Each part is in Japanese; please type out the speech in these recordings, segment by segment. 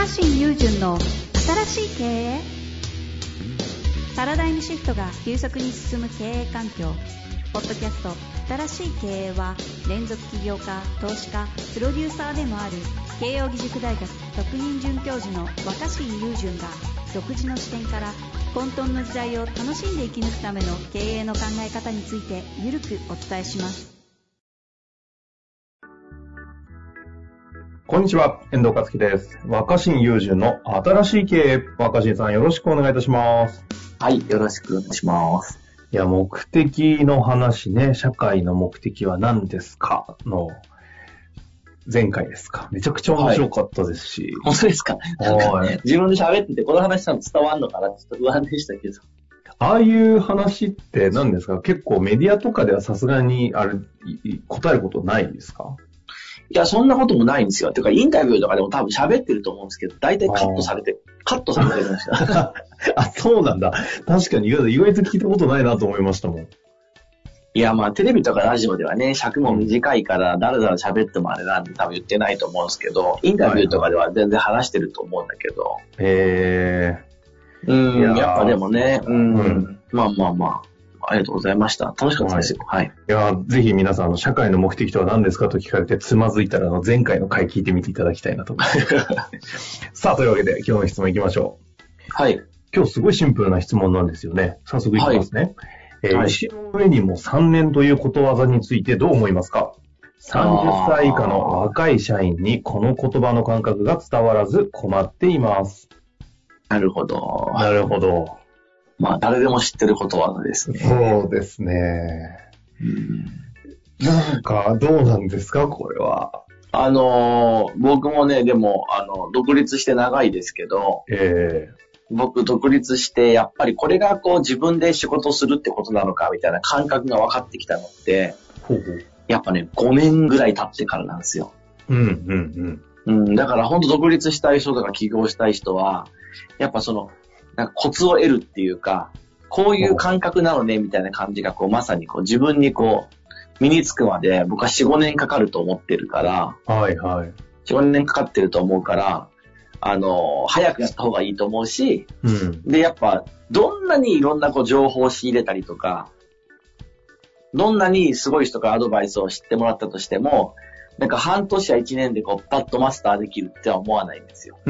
新雄純の新しい経営。パラダイムシフトが急速に進む経営環境。ポッドキャスト新しい経営は、連続起業家、投資家、プロデューサーでもある慶應義塾大学特任准教授の若新雄純が、独自の視点から混沌の時代を楽しんで生き抜くための経営の考え方についてゆるくお伝えします。 こんにちは、遠藤和樹です。若新雄純の新しい経営。若新さん、よろしくお願いいたします。 はい、よろしくお願いします。 いや、目的の話ね、社会の目的は何ですかの前回ですか。めちゃくちゃ面白かったですし。 本当ですか。なんかね、自分で喋っててこの話したの伝わんのかなってちょっと不安でしたけど。 ああいう話って何ですか？結構メディアとかではさすがに答えることないですか？ いや、そんなこともないんですよ。てか、インタビューとかでも多分喋ってると思うんですけど、大体カットされてるんですよ。 あ、そうなんだ。確かに意外と聞いたことないなと思いましたもん。 いや、まあ、テレビとかラジオではね、尺も短いから、だらだら喋ってもあれなんで多分言ってないと思うんですけど、インタビューとかでは全然話してると思うんだけど。やっぱでもね、まあ。ありがとうございました。楽しかったですよ。はい。 いや、ぜひ皆さん、社会の目的とは何ですかと聞かれてつまずいたら、前回の回聞いてみていただきたいなと思います。さあ、というわけで、今日の質問いきましょう。 はい。 今日すごいシンプルな質問なんですよね。早速いきますね。石の上にも3年ということわざについてどう思いますか？30歳以下の若い社員にこの言葉の感覚が伝わらず困っています。 なるほど。 なるほど。 まあ、誰でも知ってることわざですね。 そうですね。なんか、どうなんですか、これは。 僕もね、でも、独立して長いですけど、僕、独立して、やっぱりこれがこう、自分で仕事するってことなのか、みたいな感覚が分かってきたのって、やっぱね、5年ぐらい経ってからなんですよ。だから、本当独立したい人とか起業したい人は、やっぱなんかコツを得るっていうか、こういう感覚なのねみたいな感じがまさに自分に身につくまで僕は 4,5 年かかると思ってるから、 はいはい。 4,5 年かかってると思うから、早くやった方がいいと思うし、で、やっぱどんなにいろんな情報を仕入れたりとか、どんなにすごい人からアドバイスを知ってもらったとしても、なんか半年や1年でパッとマスターできるっては思わないんですよ。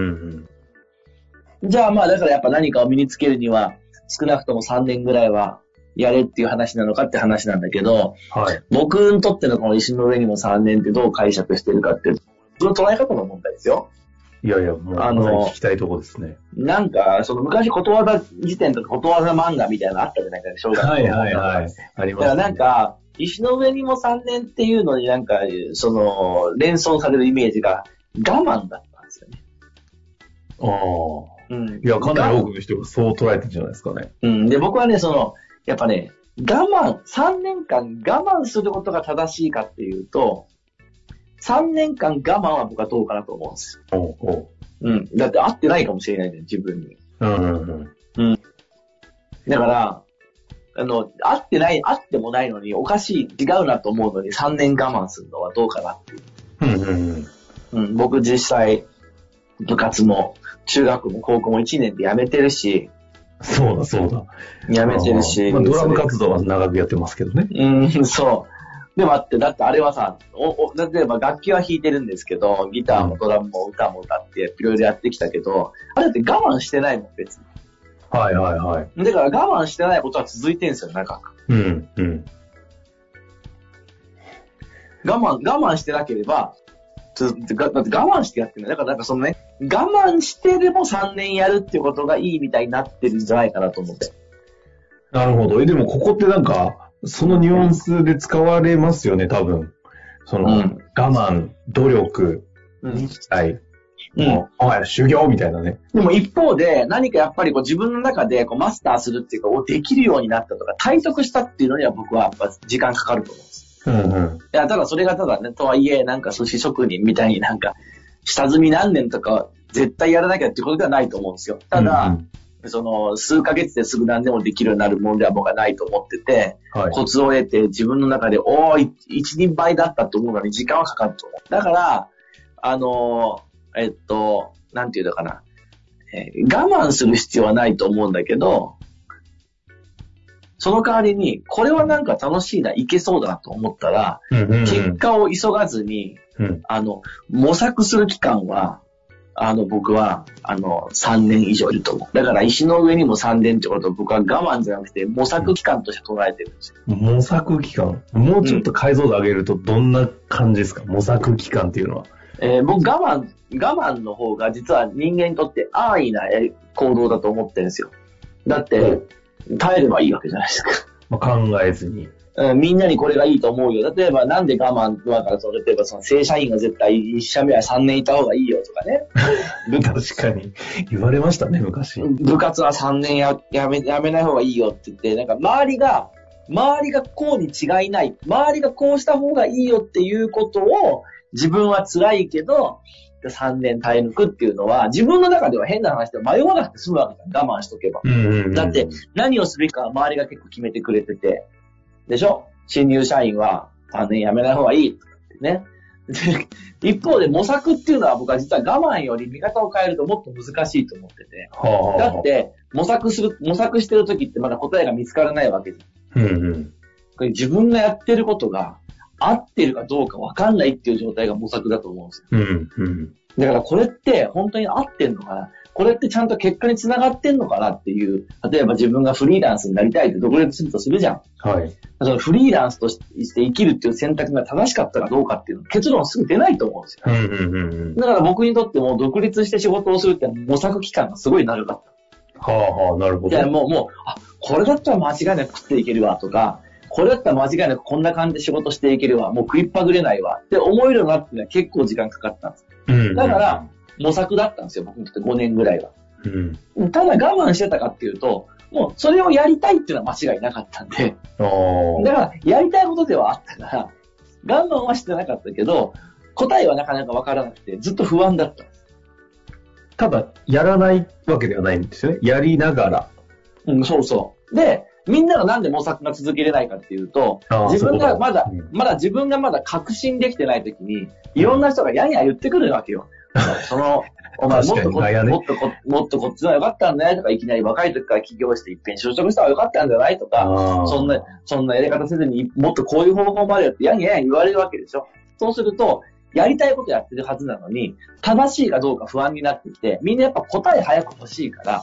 じゃあまあだからやっぱ何かを身につけるには少なくとも3年ぐらいはやれっていう話なのかって話なんだけど、僕にとってのこの石の上にも3年ってどう解釈してるかってその捉え方の問題ですよ。 いやいや、もう聞きたいところですね。 なんか昔ことわざ辞典とかことわざ漫画みたいなのあったじゃないかね、小学校の。 はい。ありますね。 だからなんか石の上にも3年っていうのになんか連想されるイメージが我慢だったんですよね。 いや、かなり多くの人がそう捉えてるんじゃないですかね。 で、僕はね、やっぱね、3年間我慢することが正しいかっていうと、3年間我慢は僕はどうかなと思うんですよ。だって合ってないかもしれないじゃん、自分に。だから、合ってもないのにおかしい、違うなと思うのに3年我慢するのはどうかなっていう。僕実際、部活も中学も高校も1年で辞めてるし。 そうだ。 辞めてるし。 ドラム活動は長くやってますけどね。 そう。でもだってあれはさ、例えば楽器は弾いてるんですけど、ギターもドラムも歌も歌っていろいろやってきたけど、あれって我慢してないもん、別に。 はい。 だから我慢してないことは続いてるんですよ、長く。我慢してなければ、だって我慢してやってるんだ。だから我慢してでも3年やるっていうことがいいみたいになってるんじゃないかなと思って。 なるほど。でもここってなんか、そのニュアンスで使われますよね、多分。我慢、努力、忍耐、修行みたいなね。 でも一方で、何かやっぱり自分の中でマスターするっていうか、できるようになったとか、体得したっていうのには僕はやっぱ時間かかると思うんです。いや、ただそれがね、とはいえ、なんか寿司職人みたいになんか、下積み何年とか絶対やらなきゃっていうことではないと思うんですよ。ただ、数ヶ月ですぐ何でもできるようになるものでは僕はないと思ってて、コツを得て自分の中で、一人前だったと思うのに時間はかかると思う。だから、 なんていうのかな、我慢する必要はないと思うんだけど、その代わりに、これはなんか楽しいな、いけそうだなと思ったら、結果を急がずに、模索する期間は、僕は、3年以上いると思う。だから石の上にも3年ってことを僕は我慢じゃなくて模索期間として捉えてるんですよ。 模索期間？もうちょっと解像度上げるとどんな感じですか？模索期間っていうのは。 僕我慢の方が実は人間にとって安易な行動だと思ってるんですよ。だって、耐えればいいわけじゃないですか。 考えずに。 みんなにこれがいいと思うよ。例えば、なんで我慢だから、例えば正社員が絶対1社目は3年いた方がいいよとかね。 確かに。言われましたね、昔。 部活は3年やめない方がいいよって言って、なんか周りがこうに違いない。周りがこうした方がいいよっていうことを、自分は辛いけど、3年耐え抜くっていうのは、自分の中では変な話で迷わなくて済むわけじゃん。我慢しとけば。だって、何をすべきかは周りが結構決めてくれてて。でしょ？新入社員は3年やめない方がいいとかってね。で、一方で模索っていうのは僕は実は我慢より見方を変えるともっと難しいと思ってて。だって、模索してる時ってまだ答えが見つからないわけじゃん。これ自分がやってることが合ってるかどうか分かんないっていう状態が模索だと思うんですよ。だからこれって本当に合ってんのかな？これってちゃんと結果につながってんのかなっていう、例えば自分がフリーランスになりたいって独立するとするじゃん。 はい。 そのフリーランスとして生きるっていう選択が正しかったかどうかっていうの結論すぐ出ないと思うんですよ。だから僕にとっても独立して仕事をするって模索期間がすごい長かった。 なるほど。 いやもう、これだったら間違いなく食っていけるわとか、これだったら間違いなくこんな感じで仕事していけるわ、もう食いっぱぐれないわって思えるようになってのは結構時間かかったんです。だから、模索だったんですよ、僕にとって5年ぐらいは。ただ我慢してたかっていうと、もうそれをやりたいっていうのは間違いなかったんで、だからやりたいことではあったから、我慢はしてなかったけど、答えはなかなかわからなくて、ずっと不安だった。 ただ、やらないわけではないんですよね。やりながら。 そうそう。で、みんながなんで模索が続けれないかっていうと、自分がまだ自分がまだ確信できてないときに、いろんな人がやんや言ってくるわけよ。お前もっとこっちの方が良かったんだねとか、いきなり若い時から起業して一遍就職した方が良かったんじゃないとか、そんなやり方せずにもっとこういう方法までやってやんや言われるわけでしょ。そうすると、やりたいことやってるはずなのに、正しいかどうか不安になってきて、みんなやっぱ答え早く欲しいから、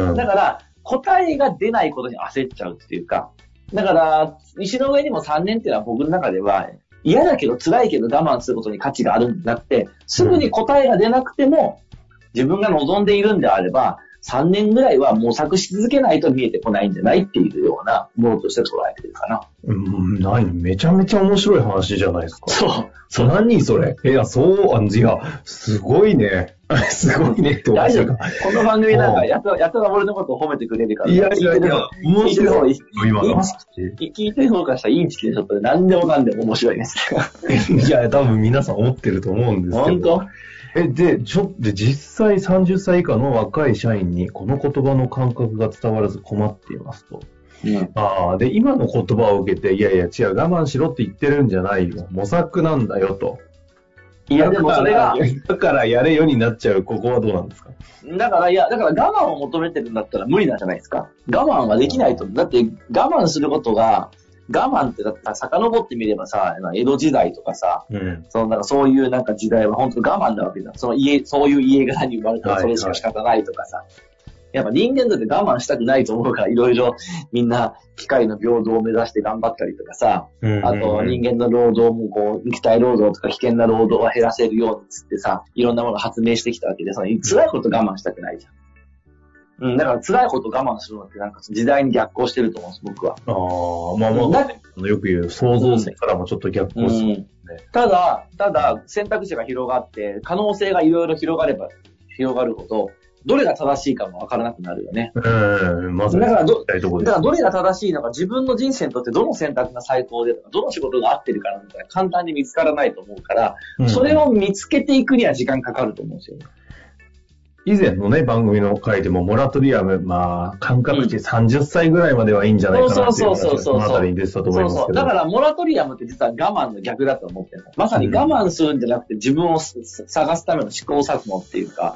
だから、答えが出ないことに焦っちゃうっていうか、だから、石の上にも3年っていうのは僕の中では、嫌だけど辛いけど我慢することに価値があるんじゃなくて、すぐに答えが出なくても、自分が望んでいるんであれば、3年ぐらいは模索し続けないと見えてこないんじゃないっていうようなものとして捉えてるかな。 めちゃめちゃ面白い話じゃないですか。そう。何それ？いや、すごいね。すごいねって思いました。 この番組なんか、やっと俺のことを褒めてくれるから。 いや、面白い。今の聞いてる方からしたらインチキでちょっと何でもかんでも面白いです。 いや、多分皆さん思ってると思うんですけど。 本当？ で、実際30歳以下の若い社員にこの言葉の感覚が伝わらず困っていますと。で、今の言葉を受けて、いやいや違う、我慢しろって言ってるんじゃないよ。模索なんだよと。 いや、でもそれが。 だからやれよになっちゃう、ここはどうなんですか？ だから我慢を求めてるんだったら無理なんじゃないですか。我慢はできないと。だって我慢することが、我慢ってだって遡ってみればさ、江戸時代とかさ、そういうなんか時代は本当我慢なわけじゃん。そういう家柄に生まれたらそれしか仕方ないとかさ。やっぱ人間だって我慢したくないと思うから、いろいろみんな機械の平等を目指して頑張ったりとかさ、あと人間の労働もこう、肉体労働とか危険な労働を減らせるようにつってさ、いろんなものを発明してきたわけで、辛いこと我慢したくないじゃん。だから辛いこと我慢するのってなんか時代に逆行してると思うんです、僕は。 よく言う創造性からもちょっと逆行する、ね。 ただ、選択肢が広がって、可能性がいろいろ広がれば広がるほど、どれが正しいかもわからなくなるよね。 まずだからどれが正しいのか、自分の人生にとってどの選択が最高でとか、どの仕事が合ってるからみたいな簡単に見つからないと思うから、それを見つけていくには時間かかると思うんですよね。 以前のね、番組の回でも、モラトリアム、感覚値30歳ぐらいまではいいんじゃないかなっていう話がそのあたりに出てたと思いますけど。 だからモラトリアムって実は我慢の逆だと思ってる。まさに我慢するんじゃなくて自分を探すための試行錯誤っていうか、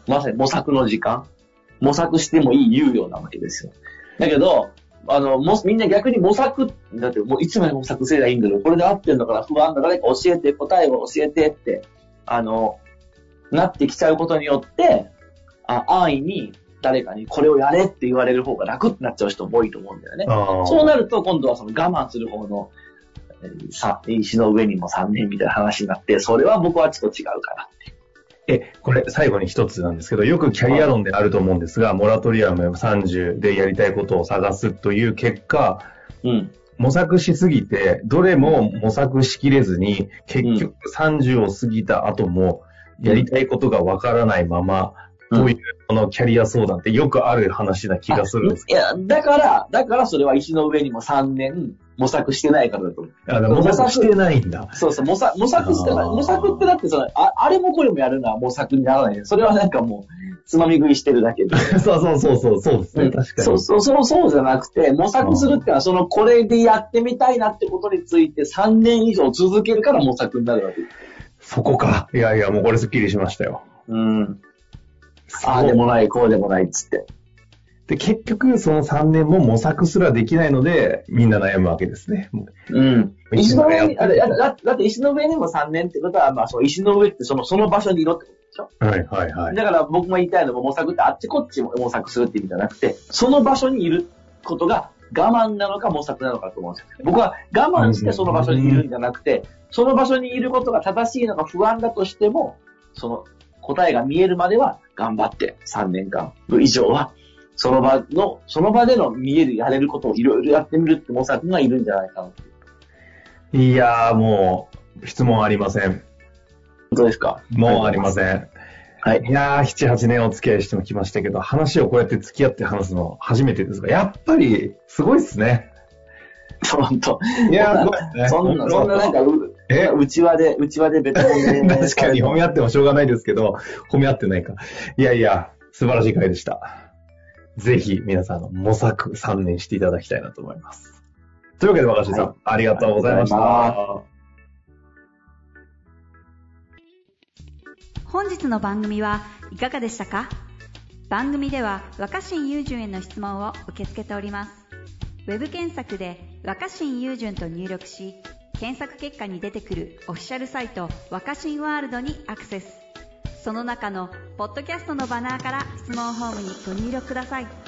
まさに模索の時間。模索してもいい猶予なわけですよ。だけど、みんな逆に模索、だってもういつまで模索すればいいんだろう。これで合ってんのかな、不安だ。誰か教えて、答えを教えてって、なってきちゃうことによって、安易に誰かにこれをやれって言われる方が楽ってなっちゃう人も多いと思うんだよね。そうなると今度はその我慢する方の、石の上にも3年みたいな話になって、それは僕はちょっと違うかなって。 これ最後に一つなんですけど、よくキャリア論であると思うんですが、モラトリアム30でやりたいことを探すという結果、模索しすぎて、どれも模索しきれずに、結局30を過ぎた後も、やりたいことがわからないまま、というこのキャリア相談ってよくある話な気がするんです。 いや、だからそれは石の上にも3年模索してないからだと思う。 模索してないんだ。 そうそう、模索してない。模索ってだってあれもこれもやるのは模索にならない。それはなんかもう、つまみ食いしてるだけで。 そうですね、確かに。 そうじゃなくて、模索するってのは、これでやってみたいなってことについて3年以上続けるから模索になるわけです。 そこか。いや、もうこれスッキリしましたよ。 ああでもない、こうでもないっつって。 で、結局、その3年も模索すらできないので、みんな悩むわけですね。 石の上に、だって石の上にも3年ってことは、石の上ってその場所にいろってことでしょ？はい。だから僕も言いたいのも模索ってあっちこっちも模索するって意味じゃなくて、その場所にいることが我慢なのか模索なのかと思うんですよ。僕は我慢してその場所にいるんじゃなくて、その場所にいることが正しいのか不安だとしても、その答えが見えるまでは頑張って3年間以上はその場での見えるやれることをいろいろやってみるって模索がいるんじゃないかな。 いやーもう質問ありません。 本当ですか？ もうありません。はい。いやー7、8年お付き合いしてもきましたけど、話をこうやって付き合って話すの初めてですが、やっぱりすごいっすね。 本当。 いやーそんななんか内輪でベトナムで確かに褒め合ってもしょうがないですけど、褒め合ってないか。いや、素晴らしい回でした。ぜひ皆さん模索3年していただきたいなと思います。というわけで若新さん、ありがとうございました。 本日の番組はいかがでしたか？番組では若新雄純への質問を受け付けております。ウェブ検索で若新雄純と入力し、検索結果に出てくるオフィシャルサイト若新ワールドにアクセス。その中のポッドキャストのバナーから質問フォームにご入力ください。